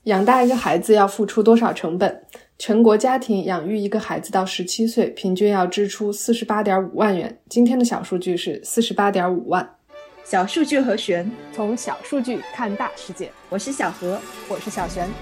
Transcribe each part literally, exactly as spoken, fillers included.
养大一个孩子要付出多少成本？全国家庭养育一个孩子到十七岁，平均要支出 四十八点五万元。今天的小数据是 四十八点五万。 小数据和玄， 从小数据看大世界。 我是小何， 我是小璇。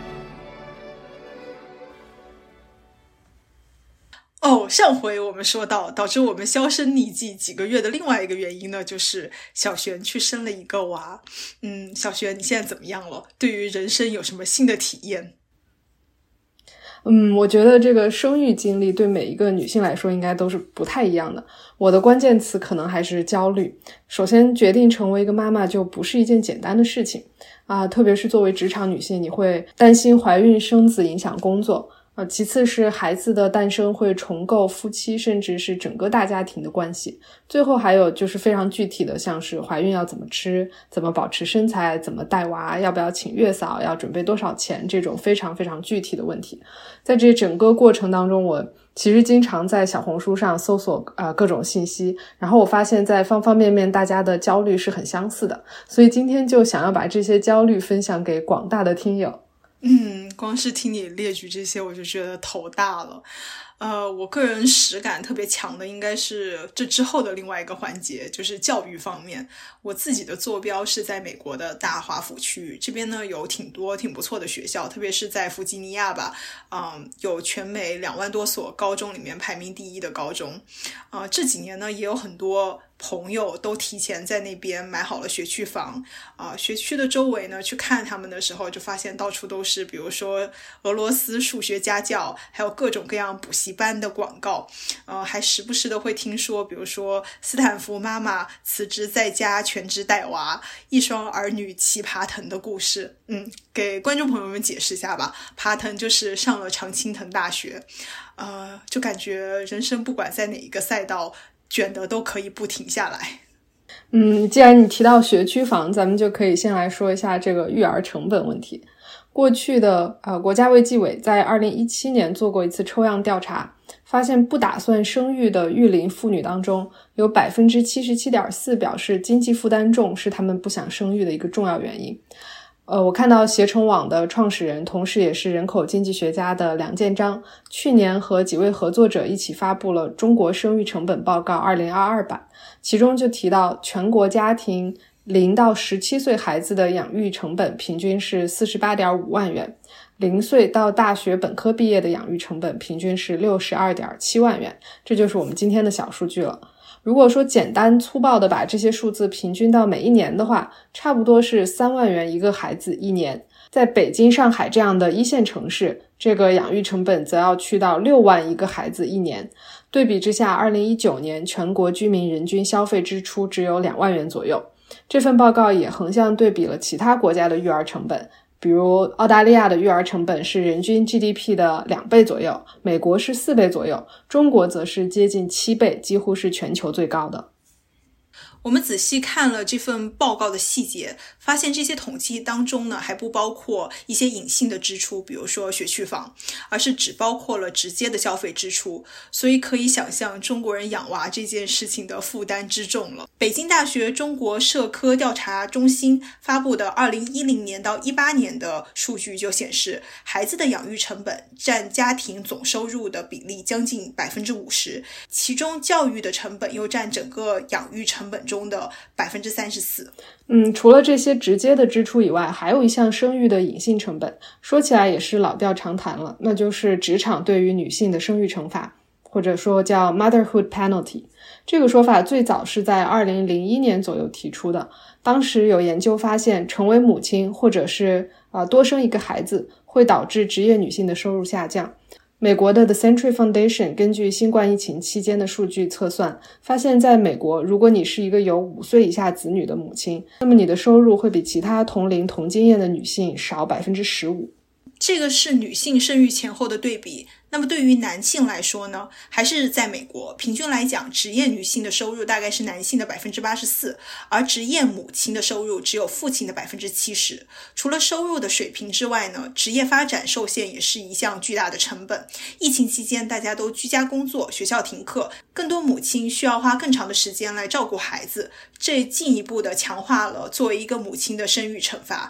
哦，上回我们说到导致我们销声匿迹几个月的另外一个原因呢，就是小璇去生了一个娃。嗯，小璇你现在怎么样了？对于人生有什么新的体验？ 嗯，我觉得这个生育经历对每一个女性来说应该都是不太一样的。我的关键词可能还是焦虑。首先，决定成为一个妈妈就不是一件简单的事情啊，特别是作为职场女性，你会担心怀孕生子影响工作。呃，其次是孩子的诞生会重构夫妻甚至是整个大家庭的关系，最后还有就是非常具体的，像是怀孕要怎么吃，怎么保持身材，怎么带娃，要不要请月嫂，要准备多少钱，这种非常非常具体的问题。在这整个过程当中，我其实经常在小红书上搜索呃各种信息，然后我发现在方方面面大家的焦虑是很相似的，所以今天就想要把这些焦虑分享给广大的听友。 嗯，光是听你列举这些我就觉得头大了。呃，我个人实感特别强的应该是这之后的另外一个环节，就是教育方面。我自己的坐标是在美国的大华府区域，这边呢有挺多挺不错的学校，特别是在弗吉尼亚吧，嗯，有全美两万多所高中里面排名第一的高中。呃，这几年呢也有很多朋友都提前在那边买好了学区房啊、呃，学区的周围呢去看他们的时候，就发现到处都是比如说俄罗斯数学家教，还有各种各样补习班的广告，呃，还时不时的会听说比如说斯坦福妈妈辞职在家全职带娃，一双儿女骑爬藤的故事。嗯，给观众朋友们解释一下吧，爬藤就是上了常青藤大学，呃，就感觉人生不管在哪一个赛道卷的都可以不停下来。 嗯，既然你提到学区房，咱们就可以先来说一下这个育儿成本问题。过去的呃，国家卫计委在二零一七年做过一次抽样调查，发现不打算生育的育龄妇女当中，有 百分之七十七点四 表示经济负担重是他们不想生育的一个重要原因。呃，我看到携程网的创始人，同时也是人口经济学家的梁建章，去年和几位合作者一起发布了《中国生育成本报告二零二二版》，其中就提到全国家庭零到十七岁孩子的养育成本平均是 四十八点五万元，零岁到大学本科毕业的养育成本平均是 六十二点七万元，这就是我们今天的小数据了。如果说简单粗暴的把这些数字平均到每一年的话，差不多是三万元一个孩子一年。在北京、上海这样的一线城市，这个养育成本则要去到六万一个孩子一年。对比之下，二零一九年全国居民人均消费支出只有两万元左右。这份报告也横向对比了其他国家的育儿成本，比如澳大利亚的育儿成本是人均 G D P 的两倍左右，美国是四倍左右，中国则是接近七倍，几乎是全球最高的。 我们仔细看了这份报告的细节，发现这些统计当中呢，还不包括一些隐性的支出，比如说学区房，而是只包括了直接的消费支出。所以可以想象中国人养娃这件事情的负担之重了。北京大学中国社科调查中心发布的二零一零年到一八年的数据就显示，孩子的养育成本占家庭总收入的比例将近 百分之五十， 其中教育的成本又占整个养育成本中的 百分之三十四。 嗯，除了这些直接的支出以外，还有一项生育的隐性成本，说起来也是老调常谈了，那就是职场对于女性的生育惩罚，或者说叫 motherhood penalty。 这个说法最早是在二零零一年左右提出的，当时有研究发现，成为母亲或者是、呃、多生一个孩子会导致职业女性的收入下降。美国的 The Century Foundation 根据新冠疫情期间的数据测算，发现在美国，如果你是一个有五岁以下子女的母亲，那么你的收入会比其他同龄同经验的女性少 百分之十五。 这个是女性生育前后的对比。那么对于男性来说呢，还是在美国平均来讲，职业女性的收入大概是男性的 百分之八十四， 而职业母亲的收入只有父亲的 百分之七十。 除了收入的水平之外呢，职业发展受限也是一项巨大的成本。疫情期间大家都居家工作，学校停课，更多母亲需要花更长的时间来照顾孩子，这进一步的强化了作为一个母亲的生育惩罚。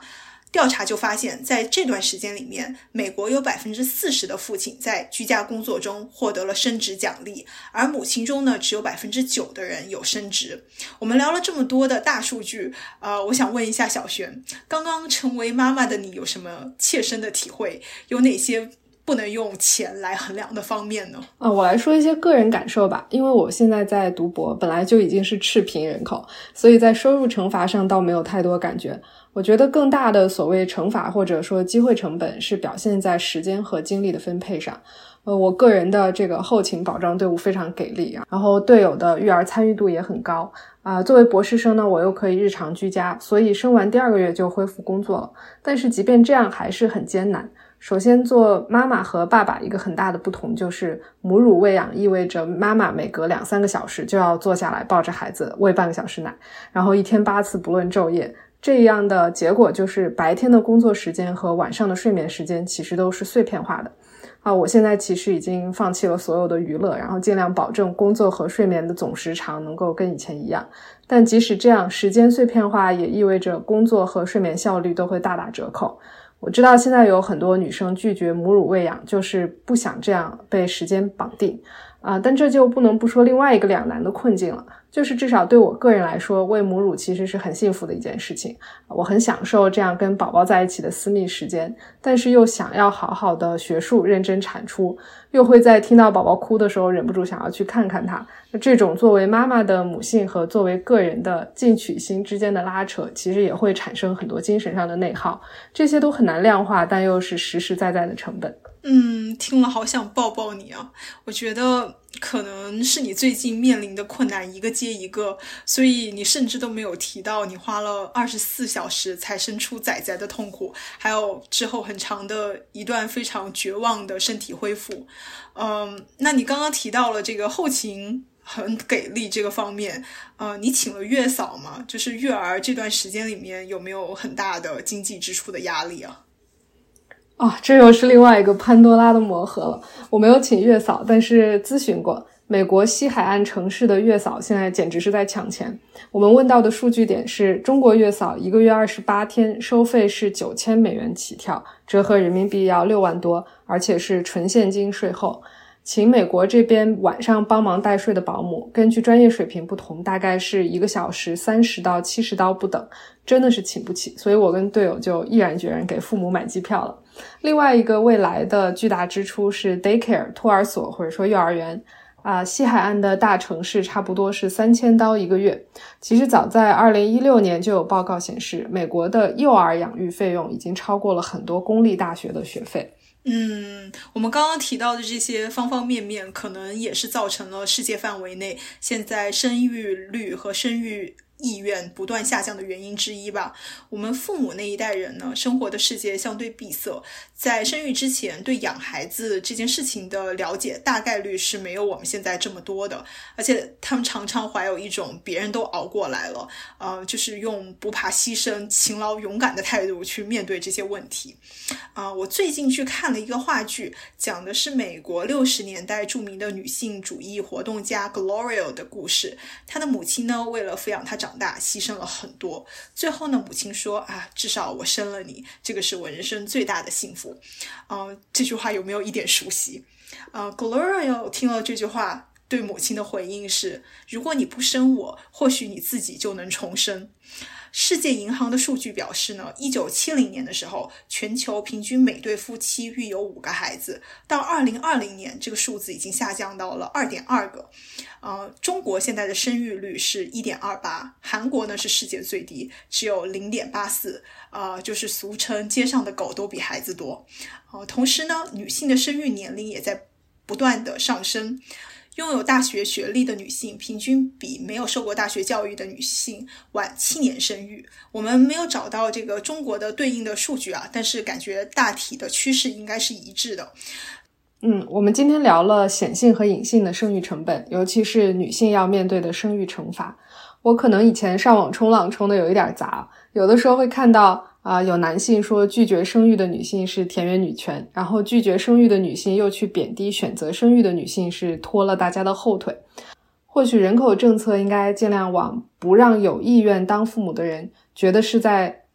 调查就发现，在这段时间里面，美国有 百分之四十 的父亲在居家工作中获得了升职奖励，而母亲中呢，只有 百分之九 的人有升职。我们聊了这么多的大数据，呃，我想问一下小璇，刚刚成为妈妈的你有什么切身的体会？有哪些不能用钱来衡量的方面呢？ 啊，我来说一些个人感受吧。因为我现在在读博，本来就已经是赤贫人口，所以在收入惩罚上倒没有太多感觉。我觉得更大的所谓惩罚或者说机会成本是表现在时间和精力的分配上。呃，我个人的这个后勤保障队伍非常给力啊，然后队友的育儿参与度也很高啊、呃。作为博士生呢，我又可以日常居家，所以生完第二个月就恢复工作了。但是即便这样还是很艰难。首先做妈妈和爸爸一个很大的不同就是母乳喂养意味着妈妈每隔两三个小时就要坐下来抱着孩子喂半个小时奶，然后一天八次不论昼夜。这样的结果就是白天的工作时间和晚上的睡眠时间其实都是碎片化的。啊，我现在其实已经放弃了所有的娱乐，然后尽量保证工作和睡眠的总时长能够跟以前一样。但即使这样，时间碎片化也意味着工作和睡眠效率都会大打折扣。我知道现在有很多女生拒绝母乳喂养，就是不想这样被时间绑定啊、呃，但这就不能不说另外一个两难的困境了，就是至少对我个人来说，喂母乳其实是很幸福的一件事情。我很享受这样跟宝宝在一起的私密时间，但是又想要好好的学术认真产出，又会在听到宝宝哭的时候忍不住想要去看看他。这种作为妈妈的母性和作为个人的进取心之间的拉扯，其实也会产生很多精神上的内耗，这些都很难量化，但又是实实在在的成本。 嗯，听了好想抱抱你啊！我觉得可能是你最近面临的困难一个接一个，所以你甚至都没有提到你花了二十四小时才生出崽崽的痛苦，还有之后很长的一段非常绝望的身体恢复。嗯，那你刚刚提到了这个后勤很给力这个方面，呃，你请了月嫂吗？就是育儿这段时间里面有没有很大的经济支出的压力啊？ 哦，这又是另外一个潘多拉的魔盒了。我没有请月嫂，但是咨询过美国西海岸城市的月嫂，现在简直是在抢钱。我们问到的数据点是中国月嫂一个月二十八天，收费是九千美元起跳，折合人民币要六万多，而且是纯现金税后。请美国这边晚上帮忙代睡的保姆，根据专业水平不同，大概是一个小时三十到七十刀不等，真的是请不起，所以我跟队友就毅然决然给父母买机票了。另外一个未来的巨大支出是 daycare 托儿所或者说幼儿园啊、呃，西海岸的大城市差不多是三千刀一个月。其实早在二零一六年就有报告显示，美国的幼儿养育费用已经超过了很多公立大学的学费。 嗯，我们刚刚提到的这些方方面面，可能也是造成了世界范围内现在生育率和生育意愿不断下降的原因之一吧。我们父母那一代人呢，生活的世界相对闭塞，在生育之前对养孩子这件事情的了解大概率是没有我们现在这么多的，而且他们常常怀有一种别人都熬过来了，呃，就是用不怕牺牲、勤劳勇敢的态度去面对这些问题。啊、呃，我最近去看了一个话剧，讲的是美国六十年代著名的女性主义活动家 Gloria 的故事。她的母亲呢，为了抚养她长大，牺牲了很多。最后呢，母亲说啊，至少我生了你，这个是我人生最大的幸福。呃，这句话有没有一点熟悉？呃 Gloria 听了这句话，对母亲的回应是：如果你不生我，或许你自己就能重生。世界银行的数据表示呢，一九七零年的时候，全球平均每对夫妻育有五个孩子，到二零二零年，这个数字已经下降到了二点二个。呃，中国现在的生育率是一点二八，韩国呢是世界最低，只有零点八四，呃，就是俗称街上的狗都比孩子多。呃，同时呢，女性的生育年龄也在不断的上升。拥有大学学历的女性平均比没有受过大学教育的女性晚七年生育。我们没有找到这个中国的对应的数据啊，但是感觉大体的趋势应该是一致的。 嗯，我们今天聊了显性和隐性的生育成本，尤其是女性要面对的生育惩罚。我可能以前上网冲浪冲的有一点杂，有的时候会看到啊、呃，有男性说拒绝生育的女性是田园女权，然后拒绝生育的女性又去贬低选择生育的女性是拖了大家的后腿。或许人口政策应该尽量往不让有意愿当父母的人觉得是在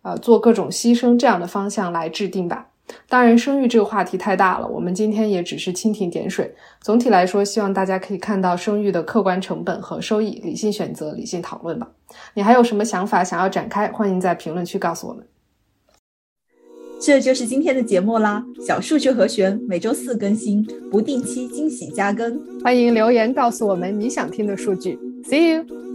呃做各种牺牲这样的方向来制定吧。当然生育这个话题太大了，我们今天也只是蜻蜓点水。总体来说，希望大家可以看到生育的客观成本和收益，理性选择，理性讨论吧。你还有什么想法想要展开，欢迎在评论区告诉我们。 这就是今天的节目啦，小数据和弦每周四更新，不定期惊喜加更， 欢迎留言告诉我们你想听的数据。See you。